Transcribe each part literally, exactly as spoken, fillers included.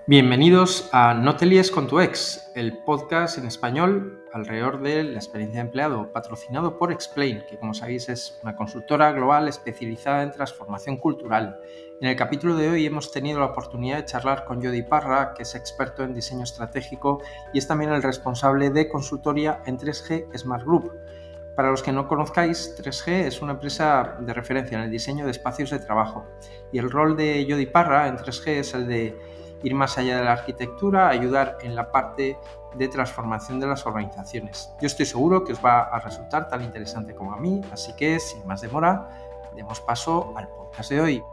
Bienvenidos a No te líes con tu ex, el podcast en español alrededor de la experiencia de empleado, patrocinado por Explain, que como sabéis es una consultora global especializada en transformación cultural. En el capítulo de hoy hemos tenido la oportunidad de charlar con Jody Parra, que es experto en diseño estratégico y es también el responsable de consultoría en tres G Smart Group. Para los que no conozcáis, tres G es una empresa de referencia en el diseño de espacios de trabajo y el rol de Jody Parra en tres G es el de ir más allá de la arquitectura, ayudar en la parte de transformación de las organizaciones. Yo estoy seguro que os va a resultar tan interesante como a mí, así que sin más demora, demos paso al podcast de hoy.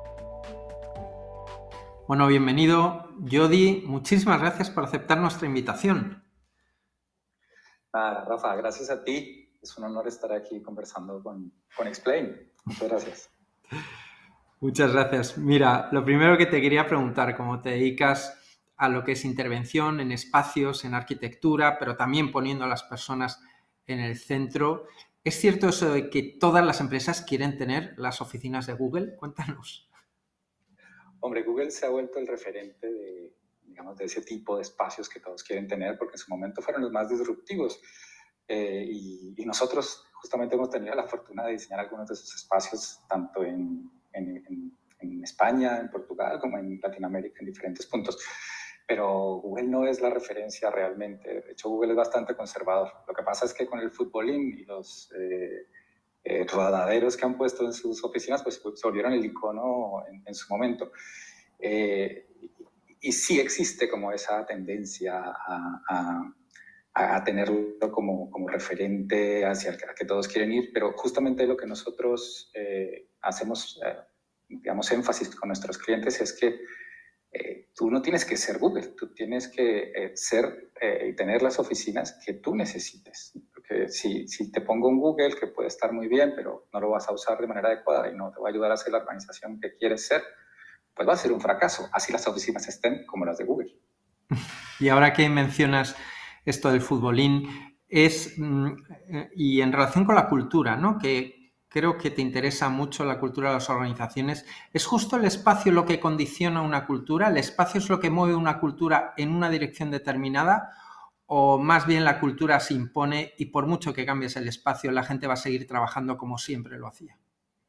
Bueno, bienvenido, Jody. Muchísimas gracias por aceptar nuestra invitación. Ah, Rafa, gracias a ti. Es un honor estar aquí conversando con, con Explain. Muchas gracias. Muchas gracias. Mira, lo primero que te quería preguntar, cómo te dedicas a lo que es intervención en espacios, en arquitectura, pero también poniendo a las personas en el centro. ¿Es cierto eso de que todas las empresas quieren tener las oficinas de Google? Cuéntanos. Hombre, Google se ha vuelto el referente de, digamos, de ese tipo de espacios que todos quieren tener porque en su momento fueron los más disruptivos. Eh, y, y nosotros justamente hemos tenido la fortuna de diseñar algunos de esos espacios, tanto en, en, en, en España, en Portugal, como en Latinoamérica, en diferentes puntos. Pero Google no es la referencia realmente. De hecho, Google es bastante conservador. Lo que pasa es que con el futbolín y los eh, eh, rodaderos que han puesto en sus oficinas, pues se volvieron el icono en, en su momento. Eh, y, y sí existe como esa tendencia a, a a tenerlo como, como referente hacia el que todos quieren ir, pero justamente lo que nosotros eh, hacemos, eh, digamos, énfasis con nuestros clientes es que eh, tú no tienes que ser Google, tú tienes que eh, ser eh, y tener las oficinas que tú necesites. Porque si, si te pongo un Google que puede estar muy bien, pero no lo vas a usar de manera adecuada y no te va a ayudar a ser la organización que quieres ser, pues va a ser un fracaso, así las oficinas estén como las de Google. Y ahora que mencionas esto del futbolín, es, y en relación con la cultura, ¿no? Que creo que te interesa mucho la cultura de las organizaciones, ¿es justo el espacio lo que condiciona una cultura? ¿El espacio es lo que mueve una cultura en una dirección determinada? ¿O más bien la cultura se impone y por mucho que cambies el espacio, la gente va a seguir trabajando como siempre lo hacía?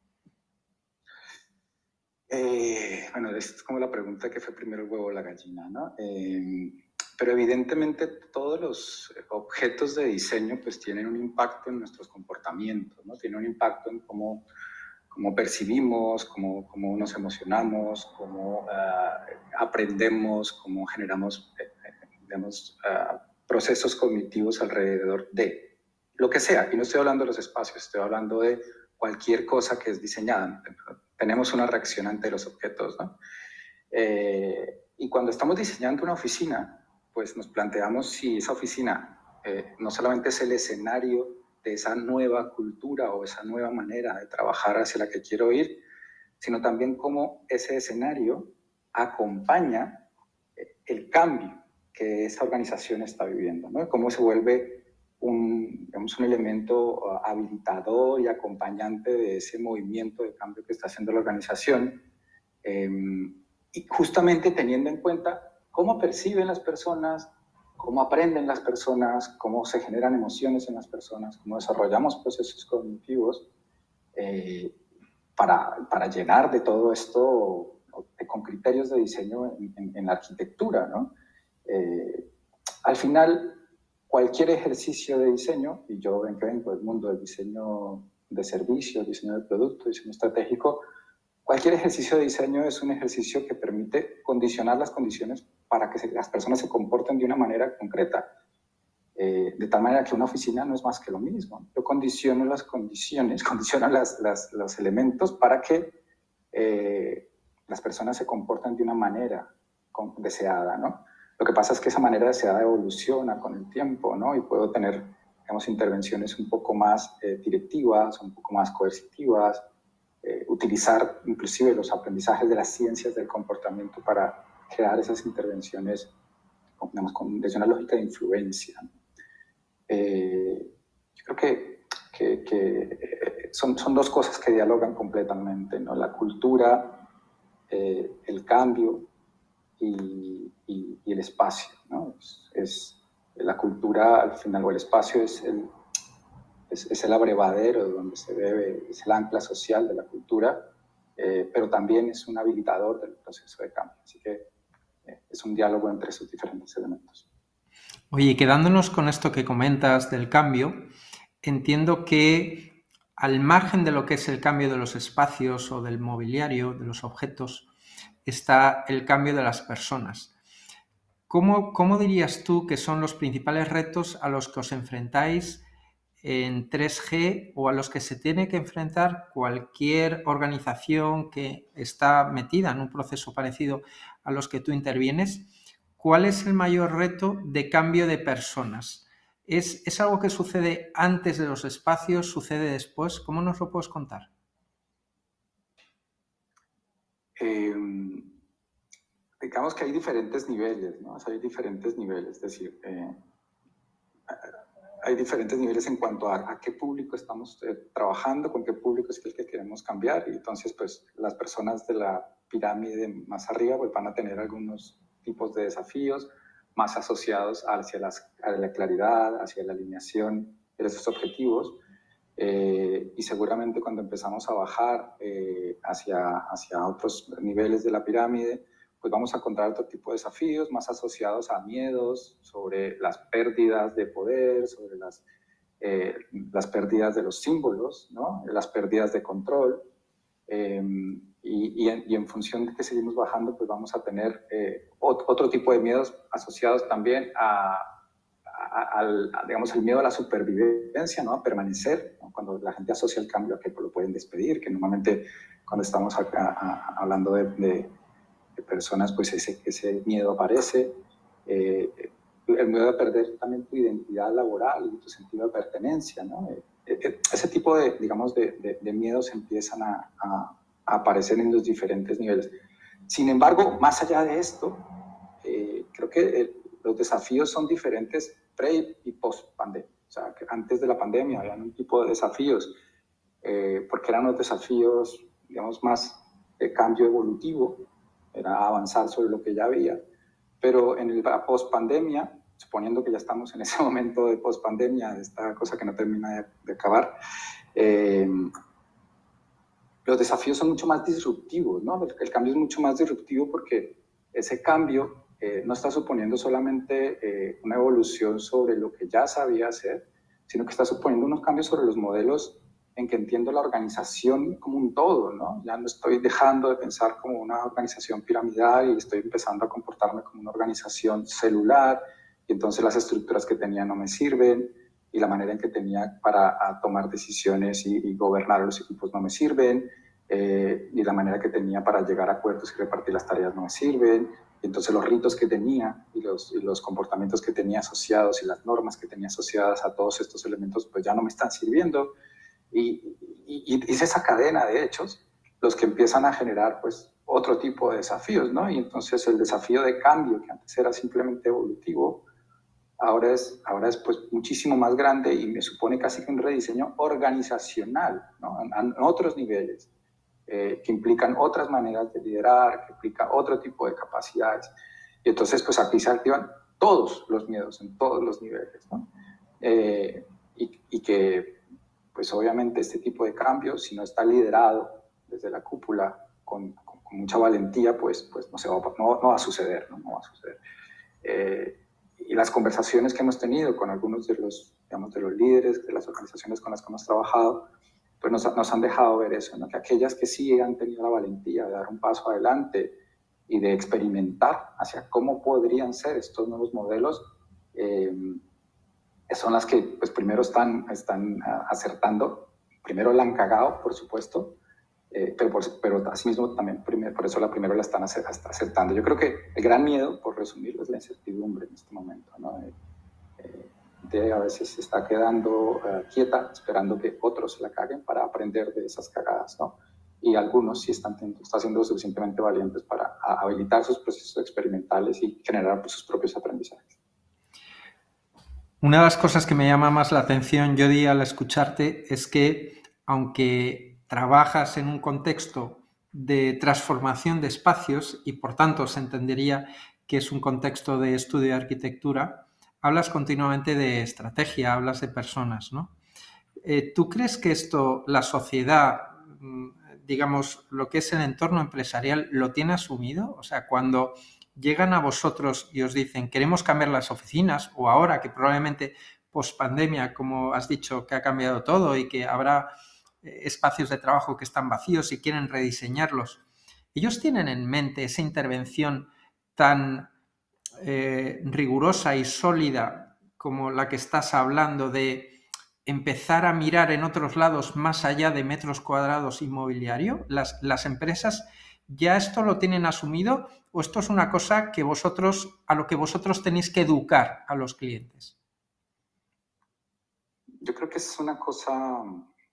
Eh, bueno, es como la pregunta que fue primero el huevo o la gallina, ¿no? Eh, pero evidentemente todos los objetos de diseño pues tienen un impacto en nuestros comportamientos, ¿no? Tienen un impacto en cómo, cómo percibimos, cómo, cómo nos emocionamos, cómo uh, aprendemos, cómo generamos, eh, digamos, uh, procesos cognitivos alrededor de lo que sea. Y no estoy hablando de los espacios, estoy hablando de cualquier cosa que es diseñada. Tenemos una reacción ante los objetos, ¿no? Eh, y cuando estamos diseñando una oficina, pues nos planteamos si esa oficina eh, no solamente es el escenario de esa nueva cultura o esa nueva manera de trabajar hacia la que quiero ir, sino también cómo ese escenario acompaña el cambio que esa organización está viviendo, ¿no? Cómo se vuelve un, digamos, un elemento uh, habilitador y acompañante de ese movimiento de cambio que está haciendo la organización. Eh, y justamente teniendo en cuenta cómo perciben las personas, cómo aprenden las personas, cómo se generan emociones en las personas, cómo desarrollamos procesos cognitivos eh, para, para llenar de todo esto con criterios de diseño en, en, en la arquitectura, ¿no? Eh, al final, cualquier ejercicio de diseño, y yo vengo del mundo del diseño de servicios, diseño de producto, diseño estratégico, cualquier ejercicio de diseño es un ejercicio que permite condicionar las condiciones para que se, las personas se comporten de una manera concreta. Eh, de tal manera que una oficina no es más que lo mismo. Yo condiciono las condiciones, condiciono las, las, los elementos para que eh, las personas se comporten de una manera deseada, ¿no? Lo que pasa es que esa manera deseada evoluciona con el tiempo, ¿no? Y puedo tener, digamos, intervenciones un poco más eh, directivas, un poco más coercitivas, eh, utilizar inclusive los aprendizajes de las ciencias del comportamiento para crear esas intervenciones, digamos, con, desde una lógica de influencia, ¿no? Eh, yo creo que, que, que son, son dos cosas que dialogan completamente, ¿no? La cultura, eh, el cambio y, y, y el espacio, ¿no? Es, es la cultura, al final, o el espacio es el, es, es el abrevadero de donde se debe, es el ancla social de la cultura, eh, pero también es un habilitador del proceso de cambio. Así que eh, es un diálogo entre esos diferentes elementos. Oye, quedándonos con esto que comentas del cambio, entiendo que al margen de lo que es el cambio de los espacios o del mobiliario, de los objetos, está el cambio de las personas. ¿Cómo, cómo dirías tú que son los principales retos a los que os enfrentáis en tres G o a los que se tiene que enfrentar cualquier organización que está metida en un proceso parecido a los que tú intervienes? ¿Cuál es el mayor reto de cambio de personas? ¿Es, ¿Es algo que sucede antes de los espacios? ¿Sucede después? ¿Cómo nos lo puedes contar? Eh, digamos que hay diferentes niveles, ¿no? O sea, hay diferentes niveles, es decir, eh, hay diferentes niveles en cuanto a, a qué público estamos eh, trabajando, con qué público es el que queremos cambiar, y entonces pues las personas de la pirámide más arriba pues van a tener algunos tipos de desafíos más asociados hacia las, a la claridad, hacia la alineación de esos objetivos, eh, y seguramente cuando empezamos a bajar eh, hacia, hacia otros niveles de la pirámide, pues vamos a encontrar otro tipo de desafíos más asociados a miedos sobre las pérdidas de poder, sobre las, eh, las pérdidas de los símbolos, ¿no? Las pérdidas de control. Eh, y, y, en, y en función de que seguimos bajando, pues vamos a tener eh, otro tipo de miedos asociados también a, a, al, a, digamos, el miedo a la supervivencia, ¿no? A permanecer, ¿no? Cuando la gente asocia el cambio a que lo pueden despedir, que normalmente cuando estamos acá a, a, hablando de, de personas, pues ese, ese miedo aparece, eh, el miedo a perder también tu identidad laboral y tu sentido de pertenencia, ¿no? Eh, eh, ese tipo de, digamos, de, de, de miedos empiezan a, a, a aparecer en los diferentes niveles. Sin embargo, más allá de esto, eh, creo que el, los desafíos son diferentes pre y post pandemia. O sea, que antes de la pandemia había un tipo de desafíos, eh, porque eran los desafíos, digamos, más de cambio evolutivo, era avanzar sobre lo que ya había, pero en el post-pandemia, suponiendo que ya estamos en ese momento de post-pandemia, de esta cosa que no termina de, de acabar, eh, los desafíos son mucho más disruptivos, ¿no? El, el cambio es mucho más disruptivo porque ese cambio eh, no está suponiendo solamente eh, una evolución sobre lo que ya sabía hacer, sino que está suponiendo unos cambios sobre los modelos en que entiendo la organización como un todo, ¿no? Ya no estoy dejando de pensar como una organización piramidal y estoy empezando a comportarme como una organización celular, y entonces las estructuras que tenía no me sirven, y la manera en que tenía para tomar decisiones y, y gobernar a los equipos no me sirven, eh, y la manera que tenía para llegar a acuerdos y repartir las tareas no me sirven, y entonces los ritos que tenía y los, y los comportamientos que tenía asociados y las normas que tenía asociadas a todos estos elementos pues ya no me están sirviendo. Y, y, y es esa cadena de hechos los que empiezan a generar pues otro tipo de desafíos, ¿no? Y entonces el desafío de cambio, que antes era simplemente evolutivo, ahora es, ahora es pues muchísimo más grande y me supone casi que un rediseño organizacional, ¿no? En, en otros niveles, eh, que implican otras maneras de liderar, que implican otro tipo de capacidades. Y entonces pues aquí se activan todos los miedos en todos los niveles, ¿no? Eh, y, y que pues obviamente este tipo de cambios, si no está liderado desde la cúpula con, con, con mucha valentía, pues, pues no, se va, no, no va a suceder, no, no va a suceder. Eh, y las conversaciones que hemos tenido con algunos de los, digamos, de los líderes de las organizaciones con las que hemos trabajado, pues nos, nos han dejado ver eso, ¿no? Que aquellas que sí han tenido la valentía de dar un paso adelante y de experimentar hacia cómo podrían ser estos nuevos modelos, eh, son las que pues primero están, están uh, acertando, primero la han cagado, por supuesto, eh, pero, por, pero asimismo también primer, por eso la primero la están acertando. Yo creo que el gran miedo, por resumirlo, es la incertidumbre en este momento, ¿no? Eh, eh, de, a veces se está quedando uh, quieta, esperando que otros se la caguen para aprender de esas cagadas, ¿no? Y algunos sí están, están siendo suficientemente valientes para a, habilitar sus procesos experimentales y generar pues, sus propios aprendizajes. Una de las cosas que me llama más la atención, Jody, al escucharte, es que aunque trabajas en un contexto de transformación de espacios y por tanto se entendería que es un contexto de estudio de arquitectura, hablas continuamente de estrategia, hablas de personas, ¿no? Eh, ¿Tú crees que esto, la sociedad, digamos, lo que es el entorno empresarial, lo tiene asumido? O sea, cuando llegan a vosotros y os dicen queremos cambiar las oficinas, o ahora que probablemente post pandemia, como has dicho, que ha cambiado todo y que habrá espacios de trabajo que están vacíos y quieren rediseñarlos, ¿ellos tienen en mente esa intervención tan eh, rigurosa y sólida como la que estás hablando de empezar a mirar en otros lados más allá de metros cuadrados inmobiliario? ¿Las, las empresas ya esto lo tienen asumido o esto es una cosa que vosotros, a lo que vosotros tenéis que educar a los clientes? Yo creo que es una cosa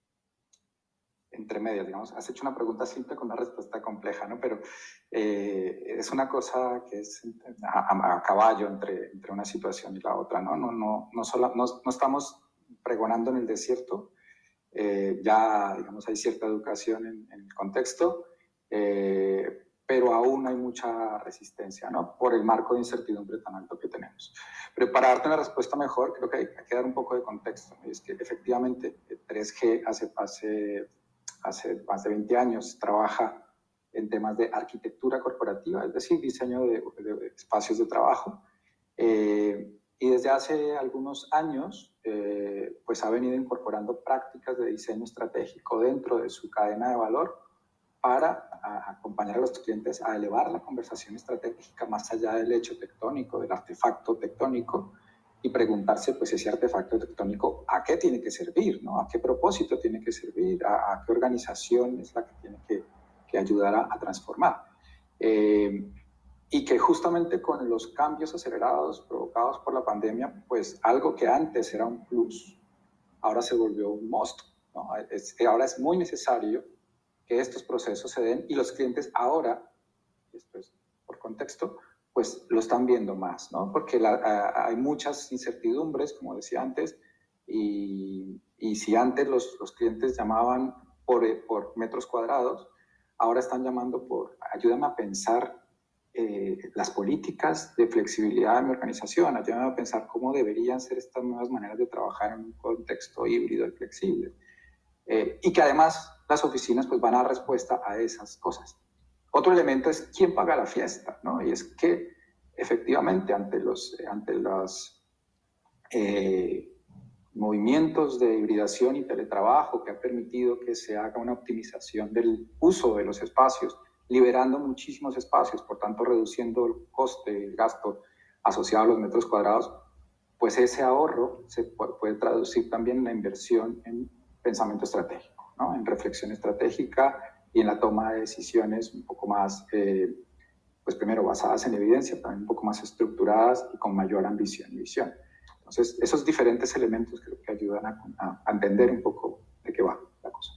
entre medias, digamos. Has hecho una pregunta simple con una respuesta compleja, ¿no? Pero eh, es una cosa que es a, a, a caballo entre, entre una situación y la otra, ¿no? No, no, no, solo, no, no estamos pregonando en el desierto, eh, ya, digamos, hay cierta educación en, en el contexto, eh, pero aún hay mucha resistencia, ¿no? Por el marco de incertidumbre tan alto que tenemos. Pero para darte una respuesta mejor, creo que hay, hay que dar un poco de contexto, ¿no? Y es que efectivamente tres G hace, hace, hace más de veinte años trabaja en temas de arquitectura corporativa, es decir, diseño de, de espacios de trabajo. Eh, y desde hace algunos años, eh, pues ha venido incorporando prácticas de diseño estratégico dentro de su cadena de valor para a, acompañar a los clientes a elevar la conversación estratégica más allá del hecho tectónico, del artefacto tectónico, y preguntarse, pues, ese artefacto tectónico, ¿a qué tiene que servir? ¿No? ¿A qué propósito tiene que servir? ¿A, a qué organización es la que tiene que, que ayudar a, a transformar? Eh, y que justamente con los cambios acelerados provocados por la pandemia, pues algo que antes era un plus, ahora se volvió un must, ¿no? Es, ahora es muy necesario que estos procesos se den y los clientes ahora, esto es por contexto, pues lo están viendo más, ¿no? Porque la, a, hay muchas incertidumbres, como decía antes, y, y si antes los, los clientes llamaban por, por metros cuadrados, ahora están llamando por ayúdame a pensar eh, las políticas de flexibilidad de mi organización, ayúdame a pensar cómo deberían ser estas nuevas maneras de trabajar en un contexto híbrido y flexible. Eh, y que además las oficinas pues van a dar respuesta a esas cosas. Otro elemento es quién paga la fiesta, ¿no? Y es que efectivamente ante los, ante los eh, movimientos de hibridación y teletrabajo que ha permitido que se haga una optimización del uso de los espacios, liberando muchísimos espacios, por tanto reduciendo el coste, el gasto asociado a los metros cuadrados, pues ese ahorro se puede, puede traducir también en la inversión en pensamiento estratégico, ¿no? En reflexión estratégica y en la toma de decisiones un poco más, eh, pues primero basadas en evidencia, también un poco más estructuradas y con mayor ambición y visión. Entonces, esos diferentes elementos creo que ayudan a, a entender un poco de qué va la cosa.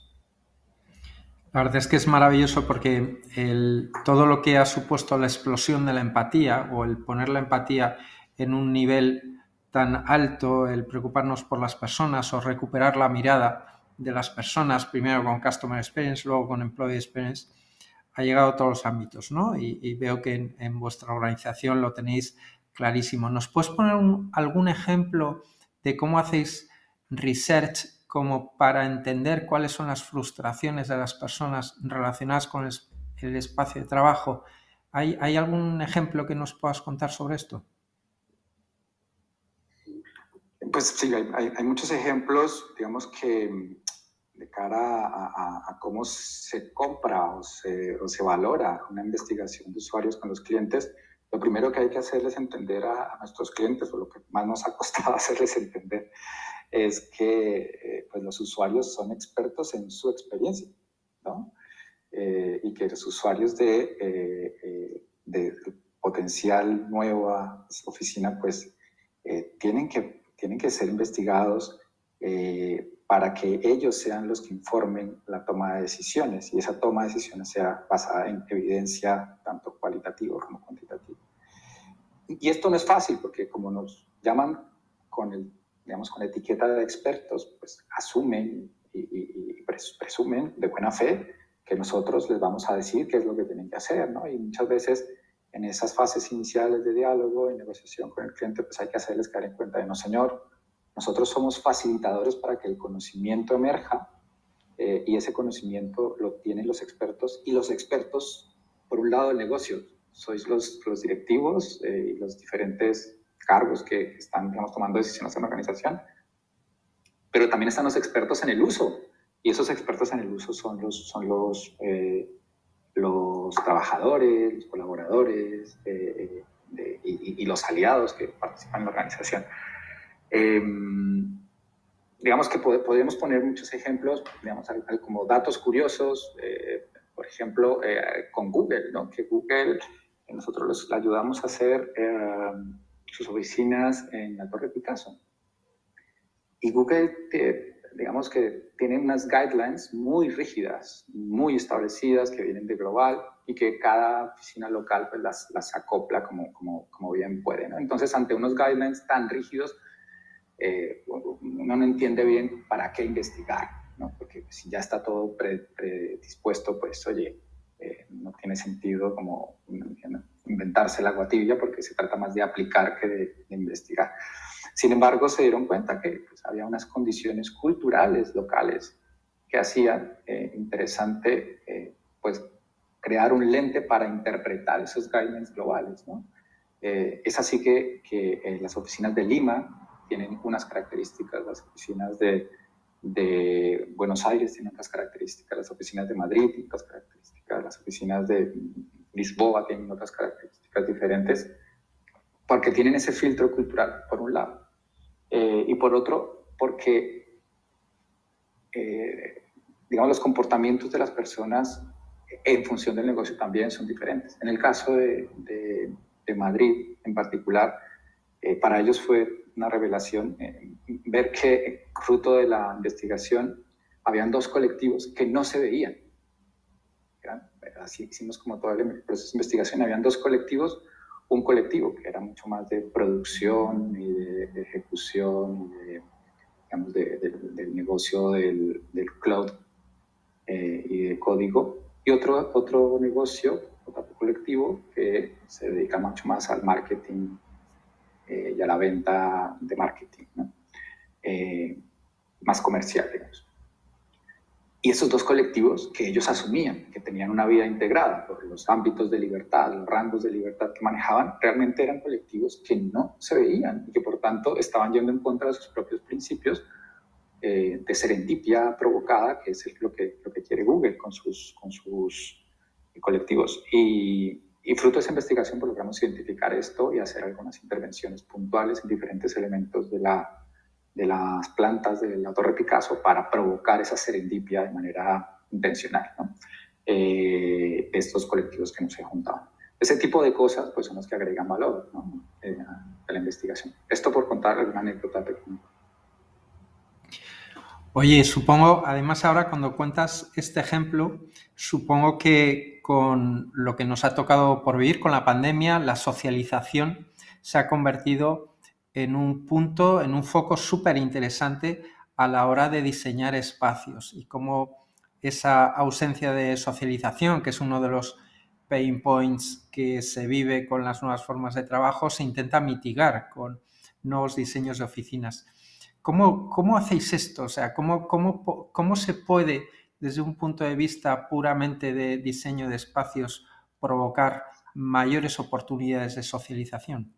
La verdad es que es maravilloso porque el, todo lo que ha supuesto la explosión de la empatía o el poner la empatía en un nivel tan alto, el preocuparnos por las personas o recuperar la mirada de las personas, primero con Customer Experience, luego con Employee Experience, ha llegado a todos los ámbitos, ¿no? Y, y veo que en, en vuestra organización lo tenéis clarísimo. ¿Nos puedes poner un, algún ejemplo de cómo hacéis research como para entender cuáles son las frustraciones de las personas relacionadas con el, el espacio de trabajo? ¿Hay, ¿Hay algún ejemplo que nos puedas contar sobre esto? Pues sí, hay, hay, hay muchos ejemplos, digamos que de cara a, a, a cómo se compra o se, o se valora una investigación de usuarios con los clientes. Lo primero que hay que hacerles entender a, a nuestros clientes, o lo que más nos ha costado hacerles entender, es que eh, pues los usuarios son expertos en su experiencia, ¿no? Eh, y que los usuarios de, eh, eh, de potencial nueva oficina, pues eh, tienen, que, tienen que ser investigados eh, para que ellos sean los que informen la toma de decisiones y esa toma de decisiones sea basada en evidencia tanto cualitativa como cuantitativa. Y esto no es fácil porque como nos llaman con, el, digamos, con la etiqueta de expertos, pues asumen y, y, y presumen de buena fe que nosotros les vamos a decir qué es lo que tienen que hacer, ¿no? Y muchas veces en esas fases iniciales de diálogo y negociación con el cliente, pues hay que hacerles caer en cuenta de, no señor, nosotros somos facilitadores para que el conocimiento emerja, eh, y ese conocimiento lo tienen los expertos, y los expertos, por un lado, del negocio, sois los, los directivos eh, y los diferentes cargos que están, digamos, tomando decisiones en la organización, pero también están los expertos en el uso, y esos expertos en el uso son los, son los, eh, los trabajadores, los colaboradores eh, de, y, y los aliados que participan en la organización. Eh, digamos que pod podemos poner muchos ejemplos, digamos, al, al, como datos curiosos, eh, por ejemplo, eh, con Google, ¿no? Que Google, eh, nosotros les ayudamos a hacer eh, sus oficinas en la Torre Picasso. Y Google, eh, digamos que tiene unas guidelines muy rígidas, muy establecidas, que vienen de global y que cada oficina local pues, las, las acopla como, como, como bien puede, ¿no? Entonces, ante unos guidelines tan rígidos, eh, uno no entiende bien para qué investigar, ¿no? Porque si ya está todo pre, predispuesto, pues, oye, eh, no tiene sentido como inventarse el agua tibia, porque se trata más de aplicar que de, de investigar. Sin embargo, se dieron cuenta que pues, había unas condiciones culturales locales que hacían eh, interesante eh, pues, crear un lente para interpretar esos guidelines globales, ¿no? Eh, es así que, que eh, las oficinas de Lima tienen unas características, las oficinas de, de Buenos Aires tienen otras características, las oficinas de Madrid tienen otras características, las oficinas de Lisboa tienen otras características diferentes, porque tienen ese filtro cultural, por un lado. Eh, y por otro, porque, eh, digamos, los comportamientos de las personas en función del negocio también son diferentes. En el caso de, de, de Madrid, en particular, eh, para ellos fue una revelación eh, ver que, fruto de la investigación, habían dos colectivos que no se veían. ¿Ya? Así hicimos como todo el proceso de investigación. Habían dos colectivos. Un colectivo que era mucho más de producción y de, de ejecución y de, digamos, de, de, del negocio del, del cloud eh, y de código, y otro, otro negocio, otro colectivo que se dedica mucho más al marketing eh, y a la venta de marketing, ¿no? eh, más comercial, digamos. Y esos dos colectivos que ellos asumían que tenían una vida integrada por los ámbitos de libertad, los rangos de libertad que manejaban, realmente eran colectivos que no se veían y que por tanto estaban yendo en contra de sus propios principios eh, de serendipia provocada, que es lo que, lo que quiere Google con sus, con sus colectivos. Y, y fruto de esa investigación pues, logramos identificar esto y hacer algunas intervenciones puntuales en diferentes elementos de la de las plantas de la Torre Picasso para provocar esa serendipia de manera intencional, ¿no? Eh, estos colectivos que no se juntaban. Ese tipo de cosas pues, son las que agregan valor, ¿no? eh, a la investigación. Esto por contar alguna anécdota pequeña. Oye, supongo, además ahora cuando cuentas este ejemplo, supongo que con lo que nos ha tocado por vivir, con la pandemia, la socialización se ha convertido en un punto, en un foco súper interesante a la hora de diseñar espacios y cómo esa ausencia de socialización, que es uno de los pain points que se vive con las nuevas formas de trabajo, se intenta mitigar con nuevos diseños de oficinas. ¿Cómo, cómo hacéis esto? O sea, ¿cómo, cómo, ¿cómo se puede, desde un punto de vista puramente de diseño de espacios, provocar mayores oportunidades de socialización?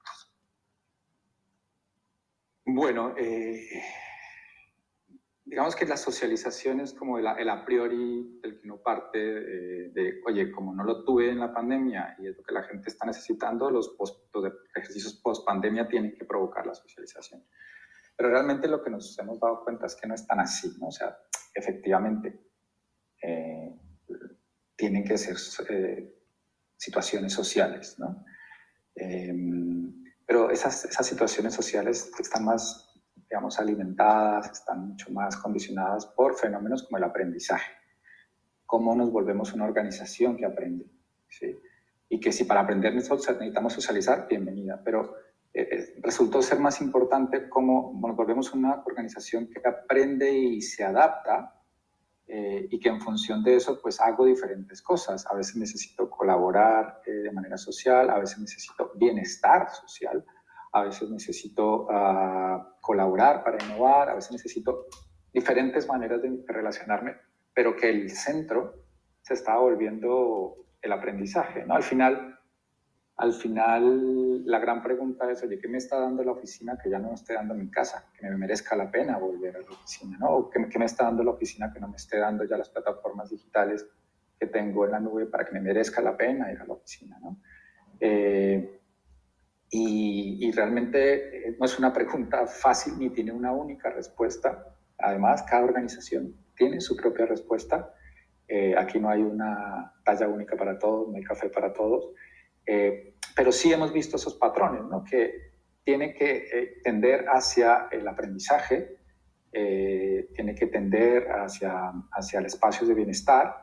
Bueno, eh, digamos que la socialización es como el, el a priori del que no parte de, de, oye, como no lo tuve en la pandemia y es lo que la gente está necesitando, los, post, los ejercicios post-pandemia tienen que provocar la socialización. Pero realmente lo que nos hemos dado cuenta es que no es tan así, ¿no? O sea, efectivamente, eh, tienen que ser eh, situaciones sociales, ¿no? Eh, pero esas, esas situaciones sociales están más, digamos, alimentadas, están mucho más condicionadas por fenómenos como el aprendizaje. Cómo nos volvemos una organización que aprende, ¿sí? Y que si para aprender necesitamos socializar, bienvenida, pero eh, resultó ser más importante cómo nos volvemos una organización que aprende y se adapta eh, y que en función de eso pues hago diferentes cosas. A veces necesito colaborar eh, de manera social, a veces necesito bienestar social, a veces necesito uh, colaborar para innovar, a veces necesito diferentes maneras de relacionarme, pero que el centro se está volviendo el aprendizaje, ¿no? Al final, al final, la gran pregunta es, oye, ¿qué me está dando la oficina que ya no me esté dando en mi casa? Que me merezca la pena volver a la oficina, ¿no? O ¿qué, qué me está dando la oficina que no me esté dando ya las plataformas digitales que tengo en la nube para que me merezca la pena ir a la oficina, ¿no? Eh, y, y realmente no es una pregunta fácil ni tiene una única respuesta. Además, cada organización tiene su propia respuesta. Eh, aquí no hay una talla única para todos, no hay café para todos. Eh, pero sí hemos visto esos patrones, ¿no? Que tiene que eh, tender hacia el aprendizaje, eh, tiene que tender hacia, hacia el espacio de bienestar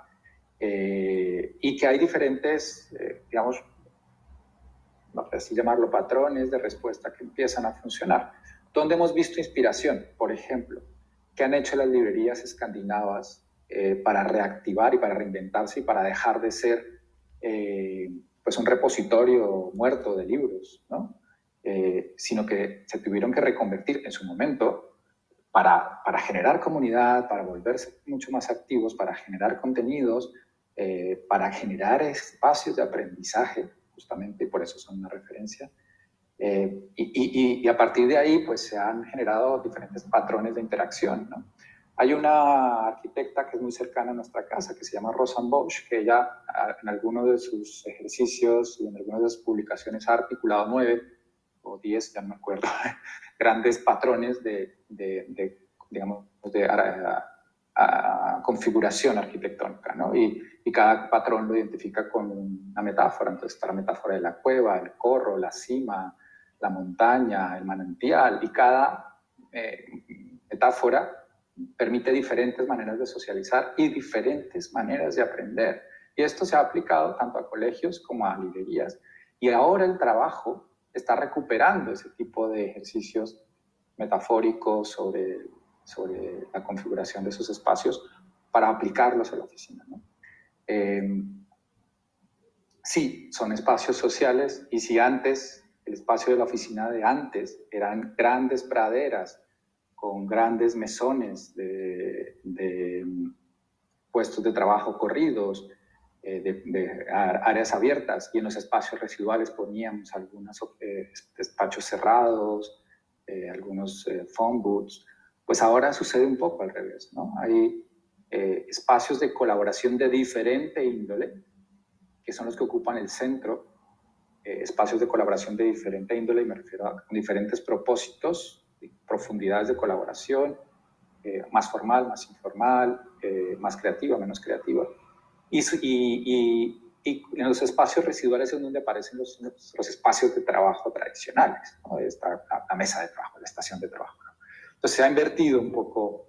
eh, y que hay diferentes, eh, digamos, no sé si llamarlo patrones de respuesta que empiezan a funcionar. ¿Dónde hemos visto inspiración? Por ejemplo, ¿qué han hecho las librerías escandinavas eh, para reactivar y para reinventarse y para dejar de ser eh, pues un repositorio muerto de libros, ¿no? Eh, sino que se tuvieron que reconvertir en su momento para, para generar comunidad, para volverse mucho más activos, para generar contenidos, eh, para generar espacios de aprendizaje, justamente, y por eso son una referencia. Eh, y, y, y a partir de ahí, pues se han generado diferentes patrones de interacción, ¿no? Hay una arquitecta que es muy cercana a nuestra casa, que se llama Rosanne Bosch, que ella en algunos de sus ejercicios y en algunas de sus publicaciones ha articulado nueve o diez, ya no me acuerdo, grandes patrones de, de, de digamos, de a, a, a configuración arquitectónica, ¿no? Y, y cada patrón lo identifica con una metáfora. Entonces está la metáfora de la cueva, el corro, la cima, la montaña, el manantial, y cada eh, metáfora permite diferentes maneras de socializar y diferentes maneras de aprender. Y esto se ha aplicado tanto a colegios como a librerías. Y ahora el trabajo está recuperando ese tipo de ejercicios metafóricos sobre, sobre la configuración de esos espacios para aplicarlos a la oficina, ¿no? Eh, sí, son espacios sociales, y si antes, el espacio de la oficina de antes eran grandes praderas con grandes mesones de, de puestos de trabajo corridos, eh, de, de áreas abiertas, y en los espacios residuales poníamos algunos eh, despachos cerrados, eh, algunos eh, phone booths, pues ahora sucede un poco al revés, ¿no? Hay eh, espacios de colaboración de diferente índole, que son los que ocupan el centro, eh, espacios de colaboración de diferente índole, y me refiero a diferentes propósitos, profundidades de colaboración, eh, más formal, más informal, eh, más creativa, menos creativa. Y, y, y, y en los espacios residuales es donde aparecen los, los espacios de trabajo tradicionales, ¿no? Está la, la mesa de trabajo, la estación de trabajo, ¿no? Entonces se ha invertido un poco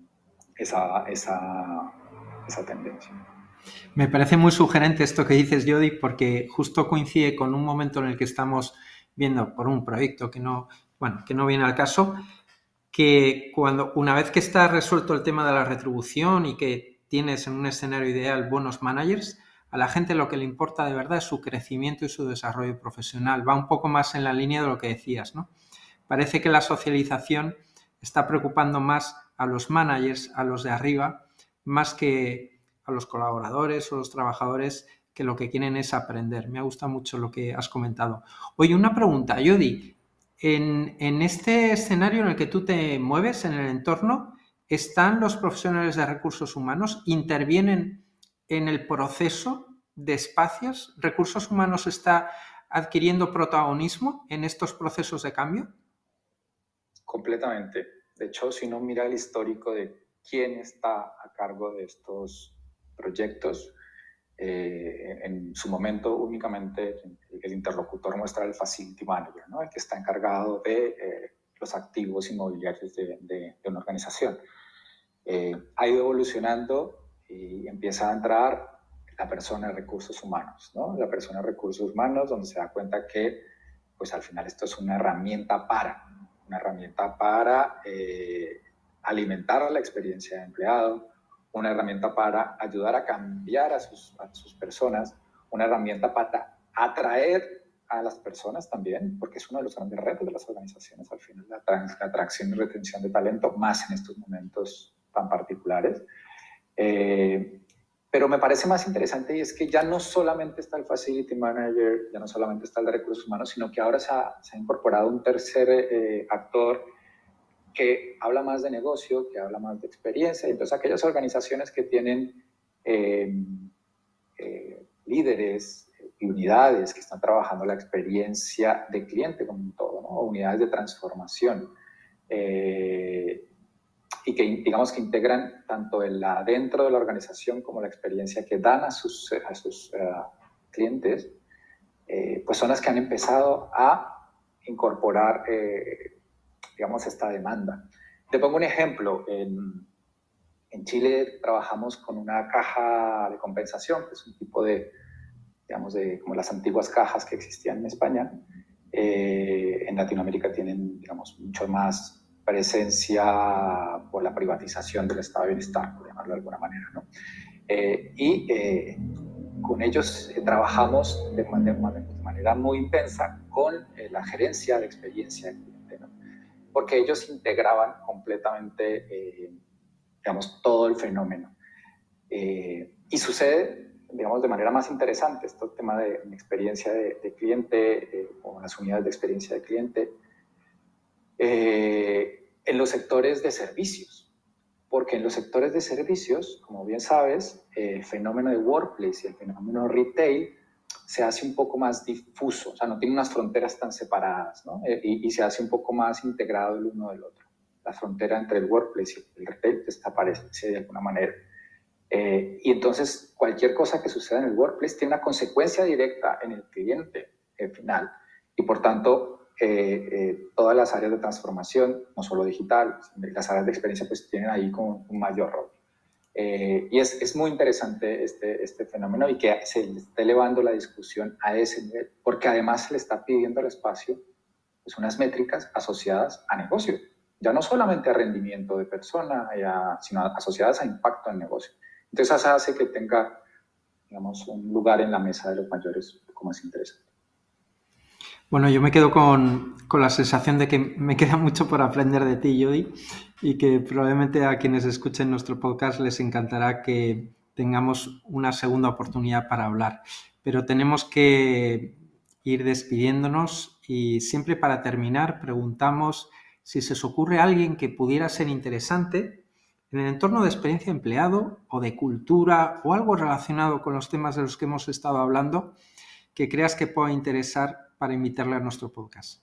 esa, esa, esa tendencia. Me parece muy sugerente esto que dices, Jody, porque justo coincide con un momento en el que estamos viendo por un proyecto que no, bueno, que no viene al caso, que cuando una vez que está resuelto el tema de la retribución y que tienes en un escenario ideal buenos managers, a la gente lo que le importa de verdad es su crecimiento y su desarrollo profesional. Va un poco más en la línea de lo que decías, ¿no? Parece que la socialización está preocupando más a los managers, a los de arriba, más que a los colaboradores o los trabajadores, que lo que quieren es aprender. Me ha gustado mucho lo que has comentado. Oye, una pregunta, Jody. En, en este escenario en el que tú te mueves, en el entorno, ¿están los profesionales de recursos humanos? ¿Intervienen en el proceso de espacios? ¿Recursos humanos está adquiriendo protagonismo en estos procesos de cambio? Completamente. De hecho, si uno mira el histórico de quién está a cargo de estos proyectos, eh, en su momento únicamente el interlocutor muestra el facility manager, ¿no? El que está encargado de eh, los activos inmobiliarios de, de, de una organización. Eh, ha ido evolucionando y empieza a entrar la persona de recursos humanos, ¿no? La persona de recursos humanos, donde se da cuenta que pues al final esto es una herramienta para, una herramienta para eh, alimentar la experiencia de empleado, una herramienta para ayudar a cambiar a sus, a sus personas, una herramienta para atraer a las personas también, porque es uno de los grandes retos de las organizaciones al final, la, la atracción y retención de talento, más en estos momentos tan particulares. Eh, pero me parece más interesante y es que ya no solamente está el Facility Manager, ya no solamente está el de recursos humanos, sino que ahora se ha, se ha incorporado un tercer eh, actor que habla más de negocio, que habla más de experiencia. Entonces aquellas organizaciones que tienen eh, eh, líderes y unidades que están trabajando la experiencia de cliente como un todo, ¿no? O unidades de transformación, eh, y que digamos que integran tanto el adentro de la organización como la experiencia que dan a sus, a sus uh, clientes, eh, pues son las que han empezado a incorporar, eh, digamos, esta demanda. Te pongo un ejemplo. En, en Chile trabajamos con una caja de compensación, que es un tipo de, digamos, de como las antiguas cajas que existían en España. Eh, en Latinoamérica tienen, digamos, mucho más presencia por la privatización del estado de bienestar, por llamarlo de alguna manera, ¿no? Eh, y eh, con ellos eh, trabajamos de, de, de manera muy intensa con eh, la gerencia de experiencia del cliente, ¿no? Porque ellos integraban completamente, eh, digamos, todo el fenómeno. Eh, y sucede, digamos, de manera más interesante este tema de, de experiencia de, de cliente, eh, o las unidades de experiencia de cliente, eh, en los sectores de servicios. Porque en los sectores de servicios, como bien sabes, eh, el fenómeno de workplace y el fenómeno retail se hace un poco más difuso, o sea, no tiene unas fronteras tan separadas, ¿no? Eh, y, y se hace un poco más integrado el uno del otro. La frontera entre el workplace y el retail desaparece de alguna manera. Eh, y entonces cualquier cosa que suceda en el workplace tiene una consecuencia directa en el cliente eh, final. Y por tanto, eh, eh, todas las áreas de transformación, no solo digital, las áreas de experiencia, pues tienen ahí como un mayor rol. Eh, y es, es muy interesante este, este fenómeno y que se le esté elevando la discusión a ese nivel, porque además se le está pidiendo al espacio pues, unas métricas asociadas a negocio, ya no solamente a rendimiento de persona, a, sino asociadas a impacto en negocio. Entonces eso hace que tenga, digamos, un lugar en la mesa de los mayores un poco más interesante. Bueno, yo me quedo con, con la sensación de que me queda mucho por aprender de ti, Jody, y que probablemente a quienes escuchen nuestro podcast les encantará que tengamos una segunda oportunidad para hablar. Pero tenemos que ir despidiéndonos y siempre para terminar preguntamos si se os ocurre alguien que pudiera ser interesante en el entorno de experiencia de empleado o de cultura o algo relacionado con los temas de los que hemos estado hablando que creas que pueda interesar para invitarle a nuestro podcast.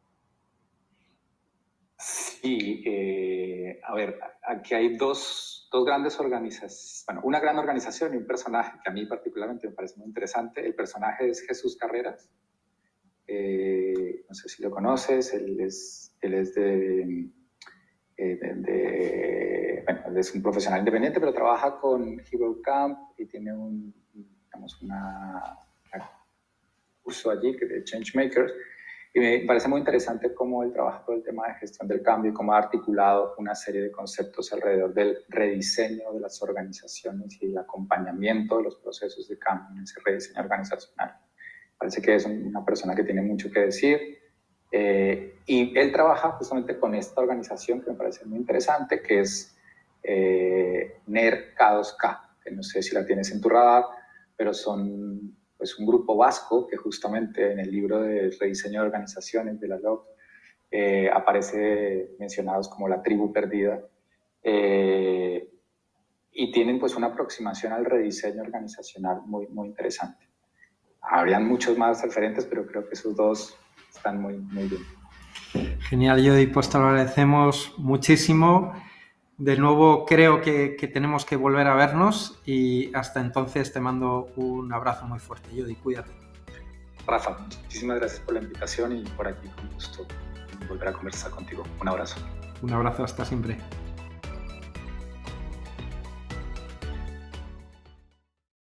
Sí, eh, a ver, aquí hay dos, dos grandes organizaciones, bueno, una gran organización y un personaje que a mí particularmente me parece muy interesante. El personaje es Jesús Carreras, eh, no sé si lo conoces, él es, él es de, eh, de, de, bueno, él es un profesional independiente, pero trabaja con Hero Camp y tiene un, digamos, una... curso allí, que de Changemakers, y me parece muy interesante cómo él trabaja todo el tema de gestión del cambio y cómo ha articulado una serie de conceptos alrededor del rediseño de las organizaciones y el acompañamiento de los procesos de cambio en ese rediseño organizacional. Parece que es una persona que tiene mucho que decir, eh, y él trabaja justamente con esta organización que me parece muy interesante, que es eh, N E R K dos K, que no sé si la tienes en tu radar, pero son pues, un grupo vasco que justamente en el libro de rediseño de organizaciones de la L O C eh, aparece mencionados como la tribu perdida, eh, y tienen pues una aproximación al rediseño organizacional muy, muy interesante. Habrían muchos más referentes, pero creo que esos dos están muy, muy bien. Genial, Jody, pues te lo agradecemos muchísimo. De nuevo creo que, que tenemos que volver a vernos y hasta entonces te mando un abrazo muy fuerte. Jody, cuídate. Rafa, muchísimas gracias por la invitación y por aquí con gusto volver a conversar contigo. Un abrazo. Un abrazo, hasta siempre.